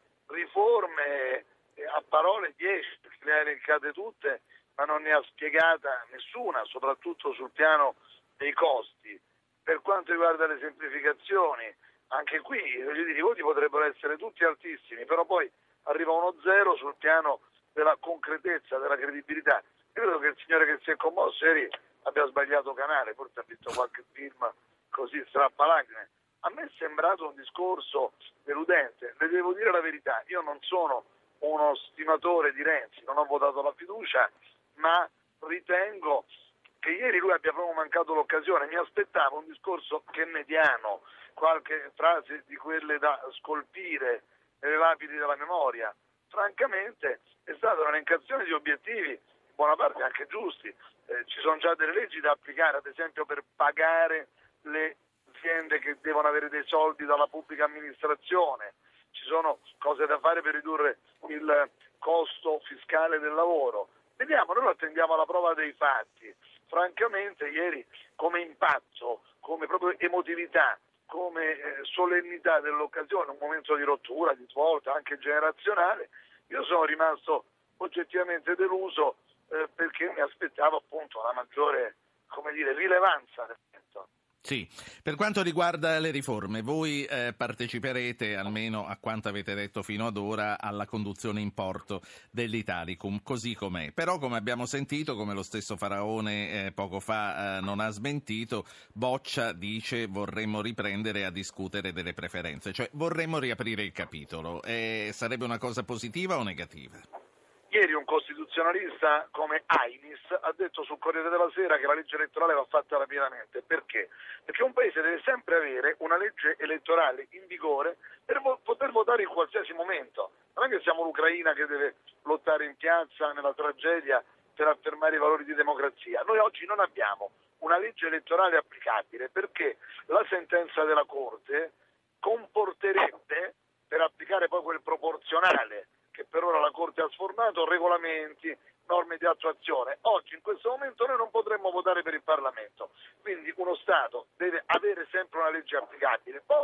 S8: riforme a parole 10, le ha elencate tutte, ma non ne ha spiegata nessuna, soprattutto sul piano dei costi. Per quanto riguarda le semplificazioni, anche qui i voti potrebbero essere tutti altissimi, però poi arriva uno zero sul piano della concretezza, della credibilità. Io credo che il signore che si è commosso ieri abbia sbagliato canale, forse ha visto qualche film così strappalacrime. A me è sembrato un discorso deludente. Le devo dire la verità, io non sono uno stimatore di Renzi, non ho votato la fiducia, ma ritengo che ieri lui abbia proprio mancato l'occasione. Mi aspettavo un discorso kennediano, qualche frase di quelle da scolpire nelle lapidi della memoria. Francamente è stata un'elencazione di obiettivi, in buona parte anche giusti. Ci sono già delle leggi da applicare, ad esempio per pagare le aziende che devono avere dei soldi dalla pubblica amministrazione. Ci sono cose da fare per ridurre il costo fiscale del lavoro. Vediamo, noi attendiamo la prova dei fatti. Francamente ieri come impatto, come proprio emotività, come solennità dell'occasione, un momento di rottura, di svolta anche generazionale, io sono rimasto oggettivamente deluso perché mi aspettavo appunto una maggiore, rilevanza dell'evento.
S2: Sì, per quanto riguarda le riforme, voi parteciperete, almeno a quanto avete detto fino ad ora, alla conduzione in porto dell'Italicum, così com'è. Però, come abbiamo sentito, come lo stesso Faraone poco fa non ha smentito, Boccia dice vorremmo riprendere a discutere delle preferenze, cioè vorremmo riaprire il capitolo. Sarebbe una cosa positiva o negativa?
S8: Ieri un costituzionalista come Ainis ha detto sul Corriere della Sera che la legge elettorale va fatta rapidamente. Perché? Perché un paese deve sempre avere una legge elettorale in vigore per poter votare in qualsiasi momento. Non è che siamo l'Ucraina che deve lottare in piazza nella tragedia per affermare i valori di democrazia. Noi oggi non abbiamo una legge elettorale applicabile perché la sentenza della Corte comporterebbe, per applicare poi quel proporzionale che per ora la Corte ha sfornato, regolamenti, norme di attuazione. Oggi, in questo momento, noi non potremmo votare per il Parlamento. Quindi uno Stato deve avere sempre una legge applicabile. Poi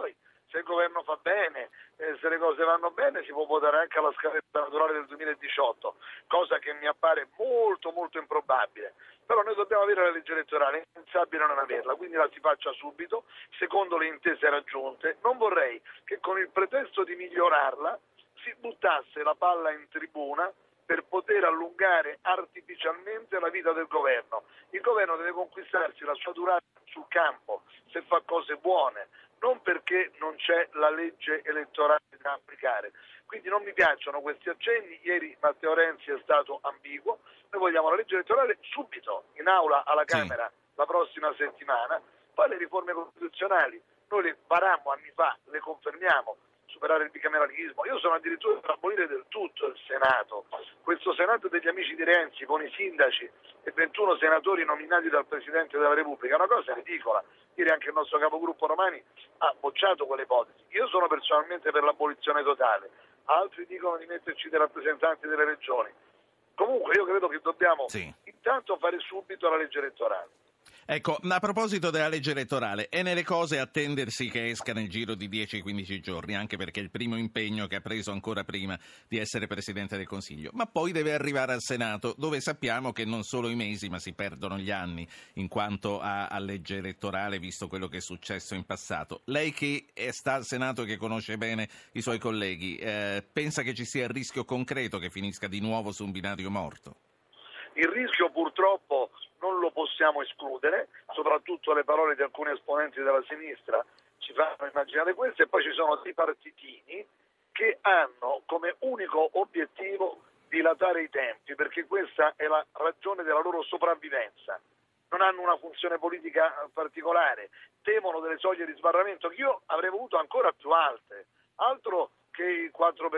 S8: se il governo fa bene, se le cose vanno bene, si può votare anche alla scadenza naturale del 2018, cosa che mi appare molto molto improbabile. Però noi dobbiamo avere la legge elettorale, è impensabile non averla, quindi la si faccia subito, secondo le intese raggiunte. Non vorrei che con il pretesto di migliorarla si buttasse la palla in tribuna per poter allungare artificialmente la vita del governo. Il governo deve conquistarsi la sua durata sul campo, se fa cose buone, non perché non c'è la legge elettorale da applicare. Quindi non mi piacciono questi accenni. Ieri Matteo Renzi è stato ambiguo. Noi vogliamo la legge elettorale subito, in aula alla Camera la prossima settimana. Poi le riforme costituzionali noi le farammo anni fa, le confermiamo, superare il bicameralismo. Io sono addirittura per abolire del tutto il Senato. Questo Senato degli amici di Renzi con i sindaci e 21 senatori nominati dal Presidente della Repubblica è una cosa ridicola. Ieri anche il nostro capogruppo Romani ha bocciato quelle ipotesi. Io sono personalmente per l'abolizione totale, altri dicono di metterci dei rappresentanti delle regioni. Comunque io credo che dobbiamo intanto fare subito la legge elettorale.
S2: Ecco, a proposito della legge elettorale, è nelle cose attendersi che esca nel giro di 10-15 giorni, anche perché è il primo impegno che ha preso ancora prima di essere Presidente del Consiglio, ma poi deve arrivare al Senato, dove sappiamo che non solo i mesi, ma si perdono gli anni in quanto a legge elettorale, visto quello che è successo in passato. Lei che sta al Senato e che conosce bene i suoi colleghi, pensa che ci sia il rischio concreto che finisca di nuovo su un binario morto?
S8: Il rischio purtroppo non lo possiamo escludere, soprattutto le parole di alcuni esponenti della sinistra ci fanno immaginare questo, e poi ci sono dei partitini che hanno come unico obiettivo dilatare i tempi, perché questa è la ragione della loro sopravvivenza. Non hanno una funzione politica particolare, temono delle soglie di sbarramento che io avrei voluto ancora più alte, altro che il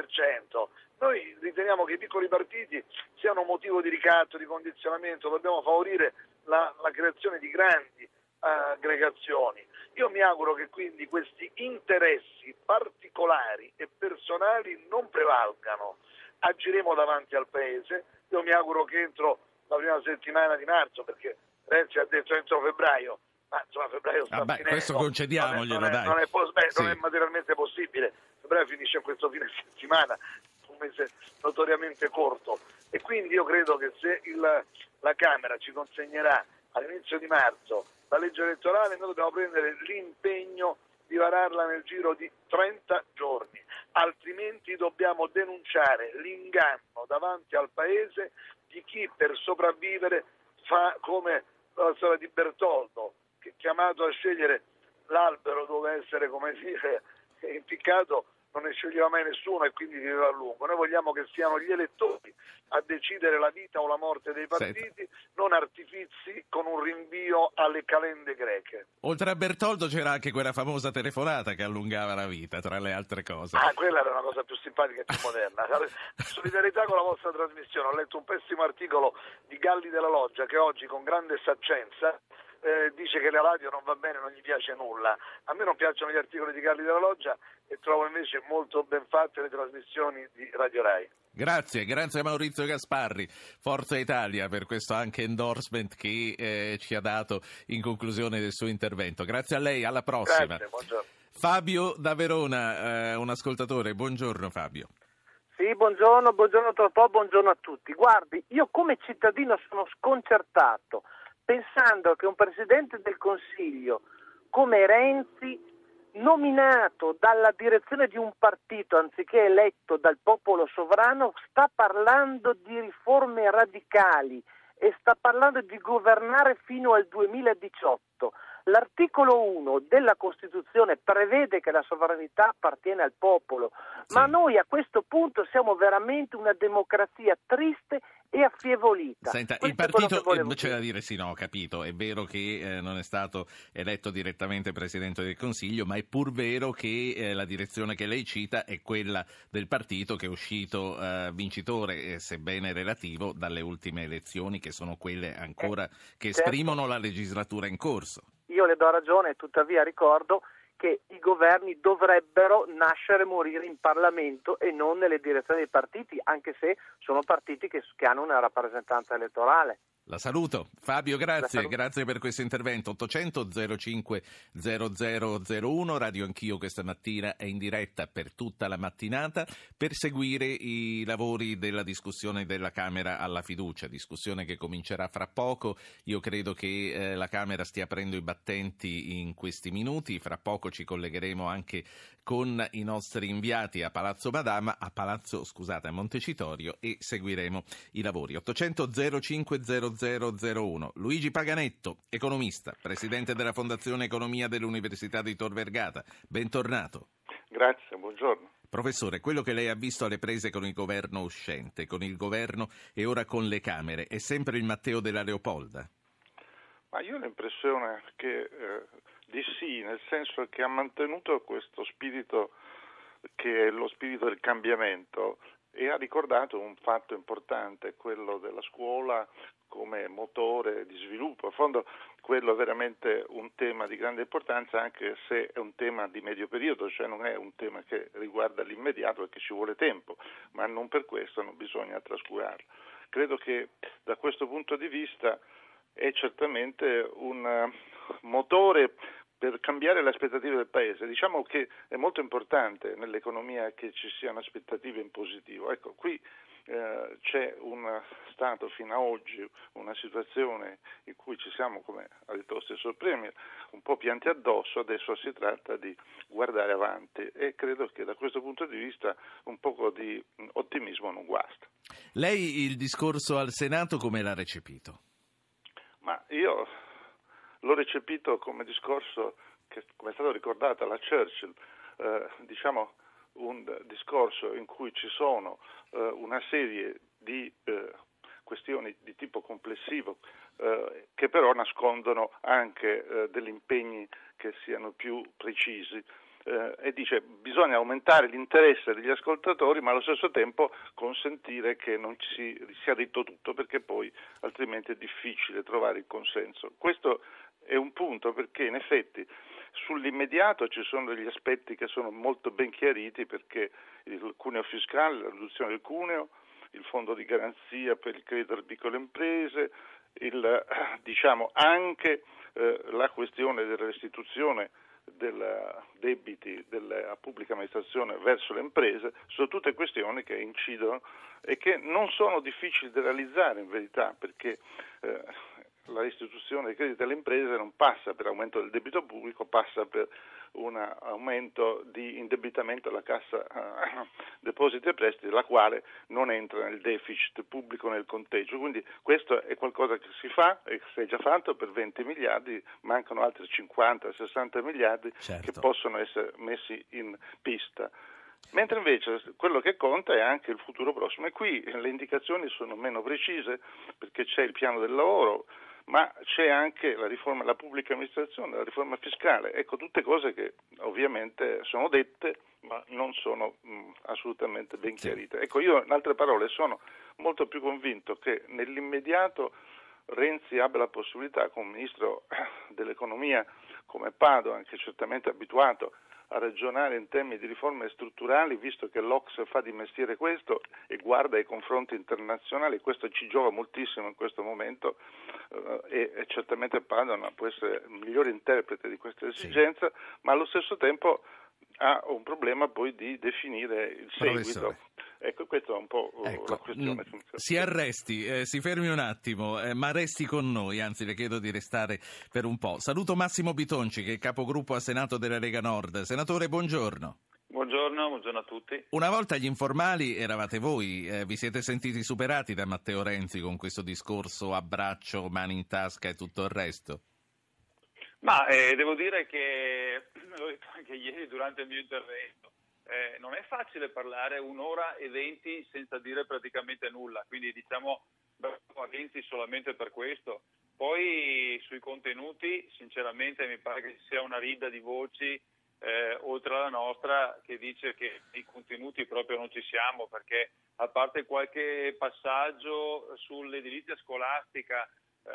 S8: 4%. Noi riteniamo che i piccoli partiti siano un motivo di ricatto, di condizionamento, dobbiamo favorire la creazione di grandi aggregazioni. Io mi auguro che quindi questi interessi particolari e personali non prevalgano. Agiremo davanti al Paese. Io mi auguro che entro la prima settimana di marzo, perché Renzi ha detto entro febbraio, ma insomma febbraio sta finendo.
S2: Questo concediamoglielo, dai.
S8: Non è materialmente possibile. Febbraio finisce questo fine settimana, un mese notoriamente corto, e quindi io credo che se la Camera ci consegnerà all'inizio di marzo la legge elettorale, noi dobbiamo prendere l'impegno di vararla nel giro di 30 giorni, altrimenti dobbiamo denunciare l'inganno davanti al Paese di chi per sopravvivere fa come la storia di Bertoldo, che chiamato a scegliere l'albero dove essere, come dire, impiccato, non ne sceglieva mai nessuno e quindi viveva a lungo. Noi vogliamo che siano gli elettori a decidere la vita o la morte dei partiti, non artifizi con un rinvio alle calende greche.
S2: Oltre a Bertoldo c'era anche quella famosa telefonata che allungava la vita, tra le altre cose.
S8: Quella era una cosa più simpatica e più moderna. Solidarietà con la vostra trasmissione. Ho letto un pessimo articolo di Galli della Loggia che oggi con grande saccenza dice che la radio non va bene, non gli piace nulla. A me non piacciono gli articoli di Galli della Loggia e trovo invece molto ben fatte le trasmissioni di Radio Rai.
S2: Grazie a Maurizio Gasparri, Forza Italia, per questo anche endorsement che ci ha dato in conclusione del suo intervento. Grazie a lei, alla prossima.
S8: Grazie, buongiorno.
S2: Fabio da Verona, un ascoltatore. Buongiorno Fabio.
S9: Sì, buongiorno Totò, buongiorno a tutti. Guardi, io come cittadino sono sconcertato pensando che un Presidente del Consiglio come Renzi, nominato dalla direzione di un partito anziché eletto dal popolo sovrano, sta parlando di riforme radicali e sta parlando di governare fino al 2018. L'articolo 1 della Costituzione prevede che la sovranità appartiene al popolo, ma noi a questo punto siamo veramente una democrazia triste e affievolita.
S2: Senta, il partito c'è da dire ho capito, è vero che non è stato eletto direttamente Presidente del Consiglio, ma è pur vero che la direzione che lei cita è quella del partito che è uscito vincitore, sebbene relativo, dalle ultime elezioni, che sono quelle ancora che esprimono la legislatura in corso.
S9: Io le do ragione, tuttavia ricordo che i governi dovrebbero nascere e morire in Parlamento e non nelle direzioni dei partiti, anche se sono partiti che hanno una rappresentanza elettorale.
S2: La saluto. Fabio, grazie per questo intervento. 800 05 0001, Radio Anch'io questa mattina è in diretta per tutta la mattinata per seguire i lavori della discussione della Camera alla fiducia, discussione che comincerà fra poco. Io credo che la Camera stia aprendo i battenti in questi minuti, fra poco ci collegheremo anche con i nostri inviati a a Montecitorio e seguiremo i lavori. 800 05 0001. Luigi Paganetto, economista, presidente della Fondazione Economia dell'Università di Tor Vergata. Bentornato.
S10: Grazie, buongiorno.
S2: Professore, quello che lei ha visto alle prese con il governo uscente, con il governo e ora con le Camere, è sempre il Matteo della Leopolda?
S10: Ma io ho l'impressione che di sì, nel senso che ha mantenuto questo spirito che è lo spirito del cambiamento e ha ricordato un fatto importante, quello della scuola come motore di sviluppo. In fondo quello è veramente un tema di grande importanza, anche se è un tema di medio periodo, cioè non è un tema che riguarda l'immediato e che ci vuole tempo, ma non per questo non bisogna trascurarlo. Credo che da questo punto di vista è certamente un motore per cambiare le aspettative del Paese. Diciamo che è molto importante nell'economia che ci siano aspettative in positivo. Ecco, qui c'è un stato fino a oggi, una situazione in cui ci siamo, come ha detto lo stesso Premier, un po' pianti addosso. Adesso si tratta di guardare avanti e credo che da questo punto di vista un poco di ottimismo non guasta.
S2: Lei il discorso al Senato come l'ha recepito?
S10: Ma io l'ho recepito come discorso che, come è stato ricordato alla Churchill, diciamo un discorso in cui ci sono una serie di questioni di tipo complessivo che però nascondono anche degli impegni che siano più precisi. E dice bisogna aumentare l'interesse degli ascoltatori ma allo stesso tempo consentire che non ci sia detto tutto, perché poi altrimenti è difficile trovare il consenso. Questo è un punto, perché in effetti sull'immediato ci sono degli aspetti che sono molto ben chiariti, perché il cuneo fiscale, la riduzione del cuneo, il fondo di garanzia per il credito alle piccole imprese, anche la questione della restituzione dei debiti della pubblica amministrazione verso le imprese, sono tutte questioni che incidono e che non sono difficili da realizzare in verità, perché la restituzione dei crediti alle imprese non passa per aumento del debito pubblico, passa per un aumento di indebitamento della Cassa Depositi e Prestiti, la quale non entra nel deficit pubblico nel conteggio. Quindi questo è qualcosa che si fa e si è già fatto per 20 miliardi, mancano altri 50-60 miliardi che possono essere messi in pista. Mentre invece quello che conta è anche il futuro prossimo, e qui le indicazioni sono meno precise, perché c'è il piano del lavoro, ma c'è anche la riforma della pubblica amministrazione, la riforma fiscale. Ecco, tutte cose che ovviamente sono dette ma non sono assolutamente ben chiarite. Ecco, io in altre parole sono molto più convinto che nell'immediato Renzi abbia la possibilità, come ministro dell'economia come Padoan, che è certamente abituato a ragionare in termini di riforme strutturali, visto che l'Ocse fa di mestiere questo e guarda ai confronti internazionali. Questo ci giova moltissimo in questo momento e certamente Padoan può essere il migliore interprete di questa esigenza, ma allo stesso tempo ha un problema poi di definire il seguito. Ecco, questa è un po' la questione.
S2: Si arresti, si fermi un attimo, ma resti con noi, anzi le chiedo di restare per un po'. Saluto Massimo Bitonci, che è capogruppo a Senato della Lega Nord. Senatore, buongiorno.
S11: Buongiorno a tutti.
S2: Una volta agli informali eravate voi, vi siete sentiti superati da Matteo Renzi con questo discorso abbraccio, mani in tasca e tutto il resto?
S11: Ma devo dire che, l'ho detto anche ieri durante il mio intervento, non è facile parlare 1 ora e 20 senza dire praticamente nulla, quindi diciamo bravo a Renzi solamente per questo. Poi sui contenuti sinceramente mi pare che ci sia una rida di voci oltre alla nostra che dice che i contenuti proprio non ci siamo, perché a parte qualche passaggio sull'edilizia scolastica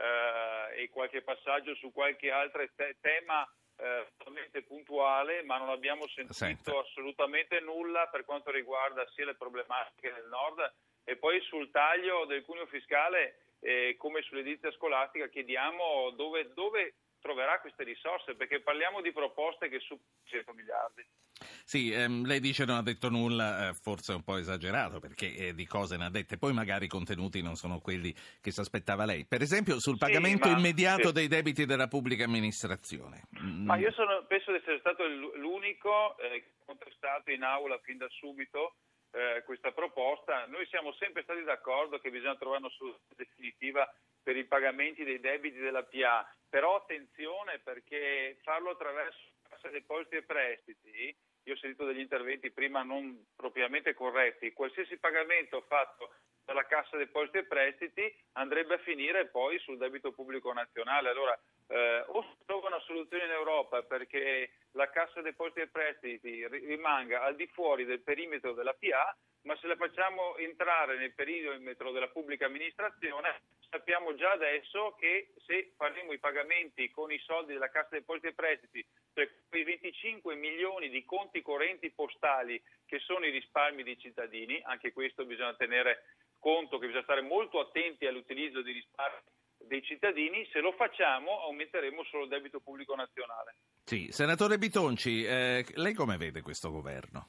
S11: e qualche passaggio su qualche altro tema totalmente puntuale, ma non abbiamo sentito assolutamente nulla per quanto riguarda sia le problematiche del nord E poi sul taglio del cuneo fiscale, come sull'edilizia scolastica, chiediamo dove troverà queste risorse, perché parliamo di proposte che su 100 miliardi.
S2: Sì, lei dice non ha detto nulla, forse è un po' esagerato, perché di cose ne ha dette, poi magari i contenuti non sono quelli che si aspettava lei. Per esempio sul pagamento immediato dei debiti della pubblica amministrazione.
S11: Ma io penso di essere stato l'unico che ha contestato in aula fin da subito questa proposta. Noi siamo sempre stati d'accordo che bisogna trovare una soluzione definitiva per i pagamenti dei debiti della PA, però attenzione, perché farlo attraverso la Cassa Depositi e Prestiti, io ho sentito degli interventi prima non propriamente corretti, qualsiasi pagamento fatto dalla Cassa Depositi e Prestiti andrebbe a finire poi sul debito pubblico nazionale. Allora o si trova una soluzione in Europa perché la Cassa Depositi e Prestiti rimanga al di fuori del perimetro della PA, ma se la facciamo entrare nel perimetro della pubblica amministrazione sappiamo già adesso che se faremo i pagamenti con i soldi della Cassa Depositi e Prestiti, per quei 25 milioni di conti correnti postali che sono i risparmi dei cittadini, anche questo bisogna tenere conto che bisogna stare molto attenti all'utilizzo dei risparmi dei cittadini, se lo facciamo aumenteremo solo il debito pubblico nazionale.
S2: Sì, senatore Bitonci, lei come vede questo governo?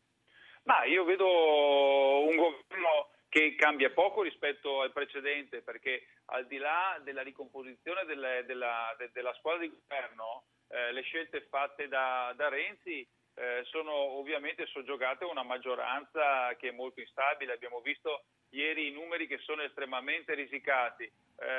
S11: Ma io vedo un governo che cambia poco rispetto al precedente, perché al di là della ricomposizione della squadra di governo, le scelte fatte da Renzi sono ovviamente soggiogate a una maggioranza che è molto instabile. Abbiamo visto ieri i numeri che sono estremamente risicati.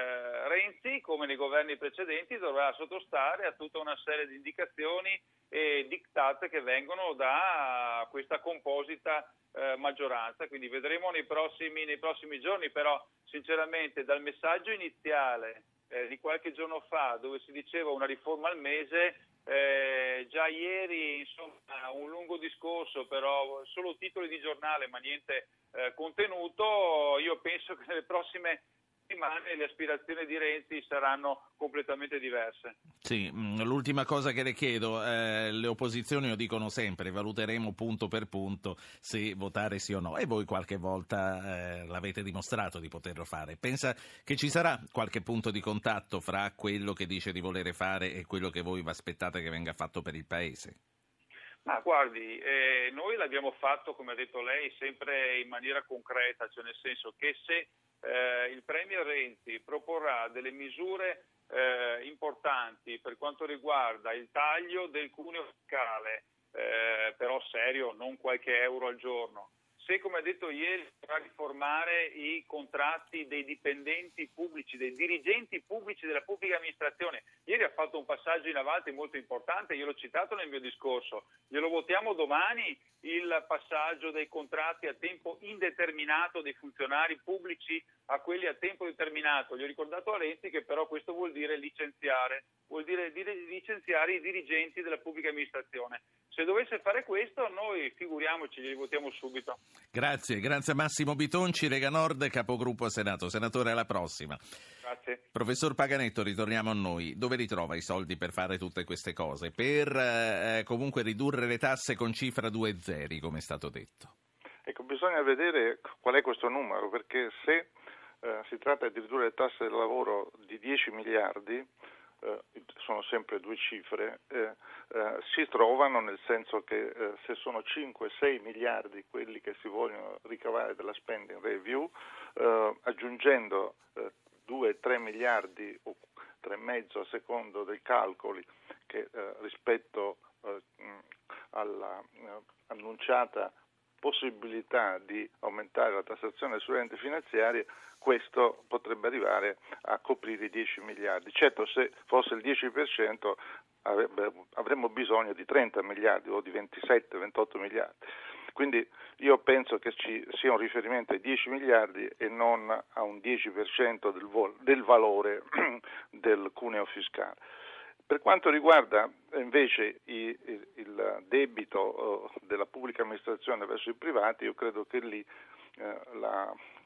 S11: Renzi, come nei governi precedenti, dovrà sottostare a tutta una serie di indicazioni e diktat che vengono da questa composita maggioranza, quindi vedremo nei prossimi giorni, però sinceramente dal messaggio iniziale di qualche giorno fa, dove si diceva una riforma al mese, già ieri insomma un lungo discorso, però solo titoli di giornale ma niente contenuto. Io penso che nelle prossime settimane le aspirazioni di Renzi saranno completamente diverse.
S2: Sì, l'ultima cosa che le chiedo, le opposizioni lo dicono sempre, valuteremo punto per punto se votare sì o no, e voi qualche volta l'avete dimostrato di poterlo fare. Pensa che ci sarà qualche punto di contatto fra quello che dice di volere fare e quello che voi vi aspettate che venga fatto per il Paese?
S11: Ma guardi, noi l'abbiamo fatto, come ha detto lei, sempre in maniera concreta, cioè nel senso che se il Premier Renzi proporrà delle misure importanti per quanto riguarda il taglio del cuneo fiscale, però serio, non qualche euro al giorno. Se, come ha detto ieri, vorrà riformare i contratti dei dipendenti pubblici, dei dirigenti pubblici della pubblica amministrazione, ieri ha fatto un passaggio in avanti molto importante, io l'ho citato nel mio discorso, glielo votiamo domani il passaggio dei contratti a tempo indeterminato dei funzionari pubblici a quelli a tempo determinato. Gli ho ricordato a Renzi che però questo vuol dire licenziare i dirigenti della pubblica amministrazione. Se dovesse fare questo, noi figuriamoci, li votiamo subito.
S2: Grazie a Massimo Bitonci, Lega Nord, capogruppo a Senato. Senatore, alla prossima.
S11: Grazie.
S2: Professor Paganetto, ritorniamo a noi. Dove ritrova i soldi per fare tutte queste cose? Per comunque ridurre le tasse con cifra 2 zeri, come è stato detto?
S10: Ecco, bisogna vedere qual è questo numero, perché se si tratta di ridurre le tasse del lavoro di 10 miliardi, sono sempre due cifre, si trovano nel senso che se sono 5-6 miliardi quelli che si vogliono ricavare dalla spending review, aggiungendo 2-3 miliardi o 3,5 a secondo dei calcoli che rispetto alla annunciata possibilità di aumentare la tassazione sulle enti finanziarie, questo potrebbe arrivare a coprire i 10 miliardi. Certo, se fosse il 10% avremmo bisogno di 30 miliardi o di 27-28 miliardi. Quindi io penso che ci sia un riferimento ai 10 miliardi e non a un 10% del valore del cuneo fiscale. Per quanto riguarda invece il debito della pubblica amministrazione verso i privati, io credo che lì la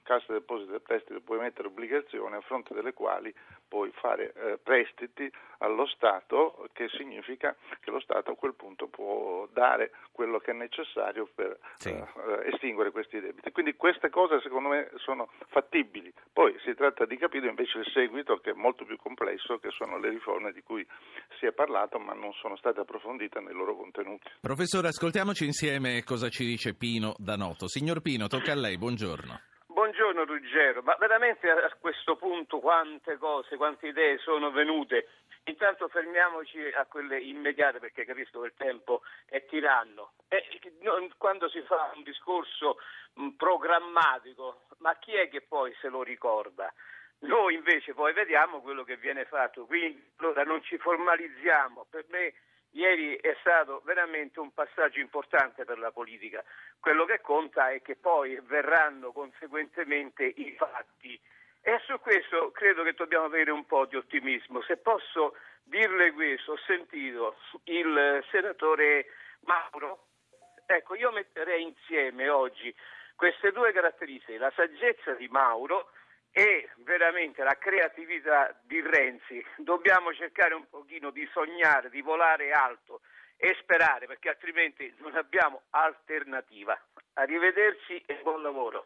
S10: Cassa Depositi e Prestiti può emettere obbligazioni a fronte delle quali puoi fare prestiti allo Stato, che significa che lo Stato a quel punto può dare quello che è necessario per estinguere questi debiti. Quindi queste cose secondo me sono fattibili. Poi si tratta di capire invece il seguito, che è molto più complesso, che sono le riforme di cui si è parlato ma non sono state approfondite nei loro contenuti.
S2: Professore, ascoltiamoci insieme cosa ci dice Pino da Noto. Signor Pino, tocca a lei, buongiorno.
S12: Buongiorno Ruggero, ma veramente a questo punto quante cose, quante idee sono venute? Intanto fermiamoci a quelle immediate, perché capisco che il tempo è tiranno. Quando si fa un discorso programmatico, ma chi è che poi se lo ricorda? Noi invece poi vediamo quello che viene fatto, quindi allora non ci formalizziamo. Per me ieri è stato veramente un passaggio importante per la politica. Quello che conta è che poi verranno conseguentemente i fatti. E su questo credo che dobbiamo avere un po' di ottimismo. Se posso dirle questo, ho sentito il senatore Mauro. Ecco, io metterei insieme oggi queste due caratteristiche, la saggezza di Mauro e veramente la creatività di Renzi. Dobbiamo cercare un pochino di sognare, di volare alto e sperare, perché altrimenti non abbiamo alternativa. Arrivederci e buon lavoro.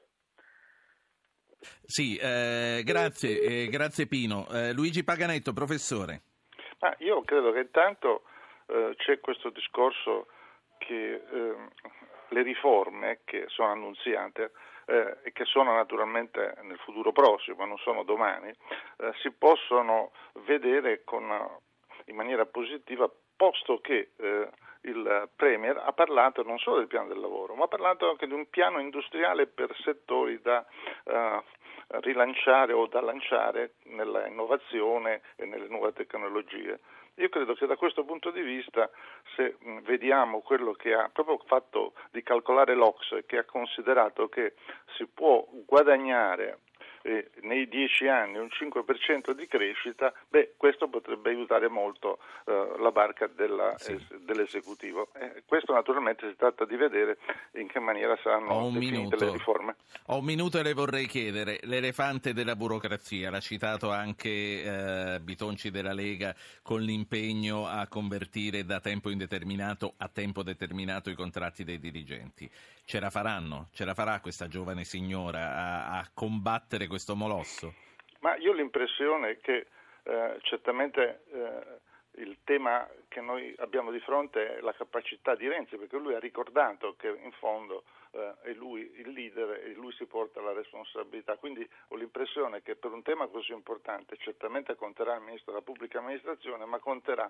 S2: Sì, grazie Pino. Luigi Paganetto, professore.
S10: Io credo che intanto c'è questo discorso che le riforme che sono annunziate e che sono naturalmente nel futuro prossimo, ma non sono domani, si possono vedere in maniera positiva, posto che il Premier ha parlato non solo del piano del lavoro, ma ha parlato anche di un piano industriale per settori da rilanciare o da lanciare nella innovazione e nelle nuove tecnologie. Io credo che da questo punto di vista, se vediamo quello che ha proprio fatto di calcolare l'Ocse, che ha considerato che si può guadagnare nei 10 anni un 5% di crescita, questo potrebbe aiutare molto la barca dell'esecutivo. Questo naturalmente si tratta di vedere in che maniera saranno definite le riforme.
S2: Ho un minuto e le vorrei chiedere, l'elefante della burocrazia, l'ha citato anche Bitonci della Lega, con l'impegno a convertire da tempo indeterminato a tempo determinato i contratti dei dirigenti. Ce la faranno? Ce la farà questa giovane signora a combattere questo molosso?
S10: Ma io ho l'impressione che certamente il tema che noi abbiamo di fronte è la capacità di Renzi, perché lui ha ricordato che in fondo è lui il leader e lui si porta la responsabilità. Quindi ho l'impressione che per un tema così importante certamente conterà il Ministro della Pubblica Amministrazione, ma conterà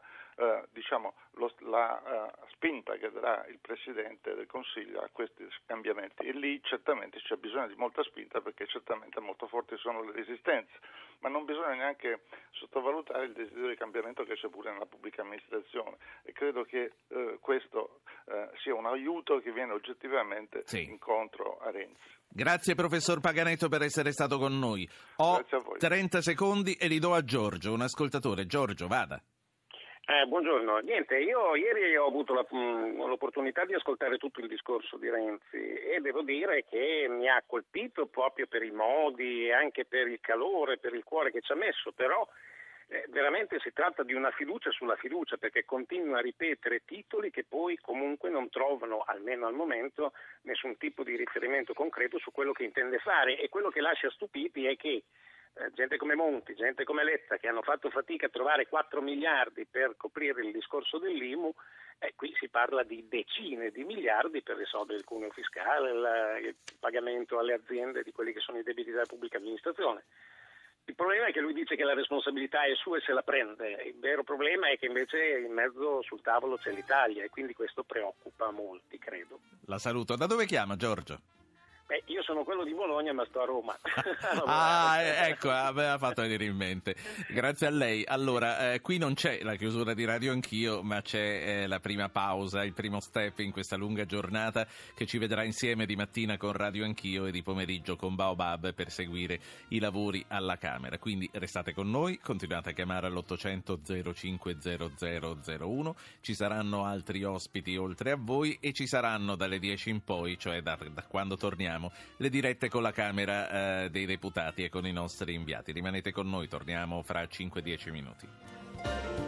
S10: la spinta che darà il Presidente del Consiglio a questi cambiamenti. E lì certamente c'è bisogno di molta spinta, perché certamente molto forti sono le resistenze, ma non bisogna neanche sottovalutare il desiderio di cambiamento che c'è pure nella Pubblica Amministrazione, e credo che questo sia un aiuto che viene oggettivamente incontro a Renzi.
S2: Grazie professor Paganetto per essere stato con noi. Ho 30 secondi e li do a Giorgio, un ascoltatore. Giorgio, vada.
S13: Buongiorno, io ieri ho avuto l'opportunità di ascoltare tutto il discorso di Renzi e devo dire che mi ha colpito proprio per i modi e anche per il calore, per il cuore che ci ha messo, però veramente si tratta di una fiducia sulla fiducia, perché continua a ripetere titoli che poi comunque non trovano, almeno al momento, nessun tipo di riferimento concreto su quello che intende fare, e quello che lascia stupiti è che gente come Monti, gente come Letta, che hanno fatto fatica a trovare 4 miliardi per coprire il discorso dell'IMU, qui si parla di decine di miliardi per risolvere il cuneo fiscale, il pagamento alle aziende di quelli che sono i debiti della pubblica amministrazione. Il problema è che lui dice che la responsabilità è sua e se la prende. Il vero problema è che invece in mezzo sul tavolo c'è l'Italia, e quindi questo preoccupa molti, credo.
S2: La saluto. Da dove chiama, Giorgio?
S13: Io sono quello di Bologna, ma sto a Roma.
S2: Ecco, aveva fatto venire in mente. Grazie a lei. Allora, qui non c'è la chiusura di Radio Anch'io, ma c'è la prima pausa, il primo step in questa lunga giornata che ci vedrà insieme di mattina con Radio Anch'io e di pomeriggio con Baobab per seguire i lavori alla Camera. Quindi restate con noi, continuate a chiamare all'800 05 0001, ci saranno altri ospiti oltre a voi e ci saranno dalle 10 in poi, cioè da quando torniamo, le dirette con la Camera dei Deputati e con i nostri inviati. Rimanete con noi, torniamo fra 5-10 minuti.